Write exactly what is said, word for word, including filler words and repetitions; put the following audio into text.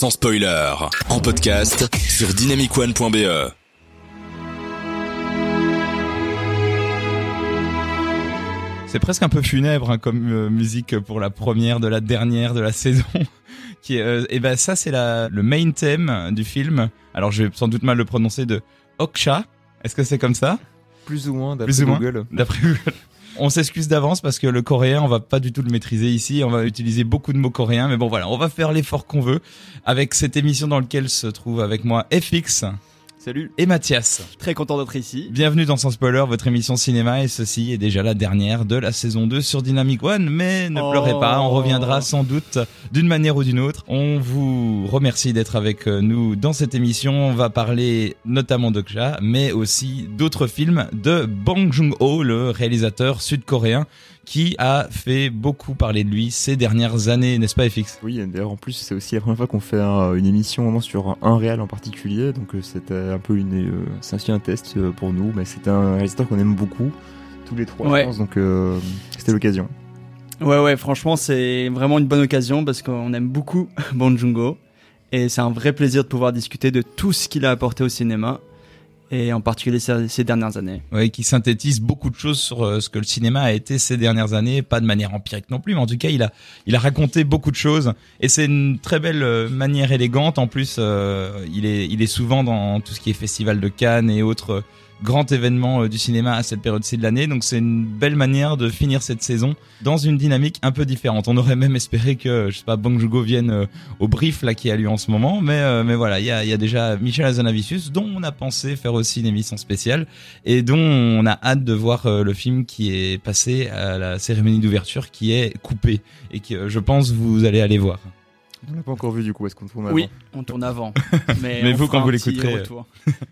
sans spoiler, en podcast sur dynamic one point b e. C'est presque un peu funèbre hein, comme euh, musique pour la première de la dernière de la saison. Qui est, euh, et ben ça c'est la le main theme du film. Alors je vais sans doute mal le prononcer, de Okja. Est-ce que c'est comme ça ? Plus ou moins, d'après Plus ou moins, Google. D'après Google. On s'excuse d'avance parce que le coréen, on va pas du tout le maîtriser ici. On va utiliser beaucoup de mots coréens, mais bon voilà, on va faire l'effort qu'on veut avec cette émission dans laquelle se trouve avec moi F X. Salut. Et Mathias. Très content d'être ici. Bienvenue dans Sans Spoiler, votre émission cinéma, et ceci est déjà la dernière de la saison deux sur Dynamic One, mais ne oh. pleurez pas, on reviendra sans doute d'une manière ou d'une autre. On vous remercie d'être avec nous dans cette émission. On va parler notamment d'Okja, mais aussi d'autres films de Bong Joon-ho, le réalisateur sud-coréen, qui a fait beaucoup parler de lui ces dernières années, n'est-ce pas F X ? Oui, d'ailleurs en plus c'est aussi la première fois qu'on fait un, une émission vraiment sur un réal en particulier, donc euh, c'était un peu une, euh, c'est aussi un test euh, pour nous, mais c'est un réalisateur qu'on aime beaucoup, tous les trois ouais. je pense, donc euh, c'était l'occasion. Ouais ouais, franchement c'est vraiment une bonne occasion parce qu'on aime beaucoup Bong Joon-ho et c'est un vrai plaisir de pouvoir discuter de tout ce qu'il a apporté au cinéma. Et en particulier ces dernières années. Oui, qui synthétise beaucoup de choses sur euh, ce que le cinéma a été ces dernières années, pas de manière empirique non plus, mais en tout cas, il a, il a raconté beaucoup de choses, et c'est une très belle euh, manière élégante. En plus, euh, il est, il est souvent dans tout ce qui est festival de Cannes et autres euh, grands événements euh, du cinéma à cette période-ci de l'année, donc c'est une belle manière de finir cette saison dans une dynamique un peu différente. On aurait même espéré que, je sais pas, Bong Joon-ho vienne euh, au brief là qui a lieu en ce moment, mais euh, mais voilà, il y a il y a déjà Michel Hazanavicius dont on a pensé faire aussi une émission spéciale et dont on a hâte de voir euh, le film qui est passé à la cérémonie d'ouverture, qui est Coupé, et que euh, je pense vous allez aller voir. On l'a pas encore vu du coup, est-ce qu'on tourne avant ? Oui, on tourne avant. Mais, mais on vous, quand fera vous un petit l'écouterez, retour.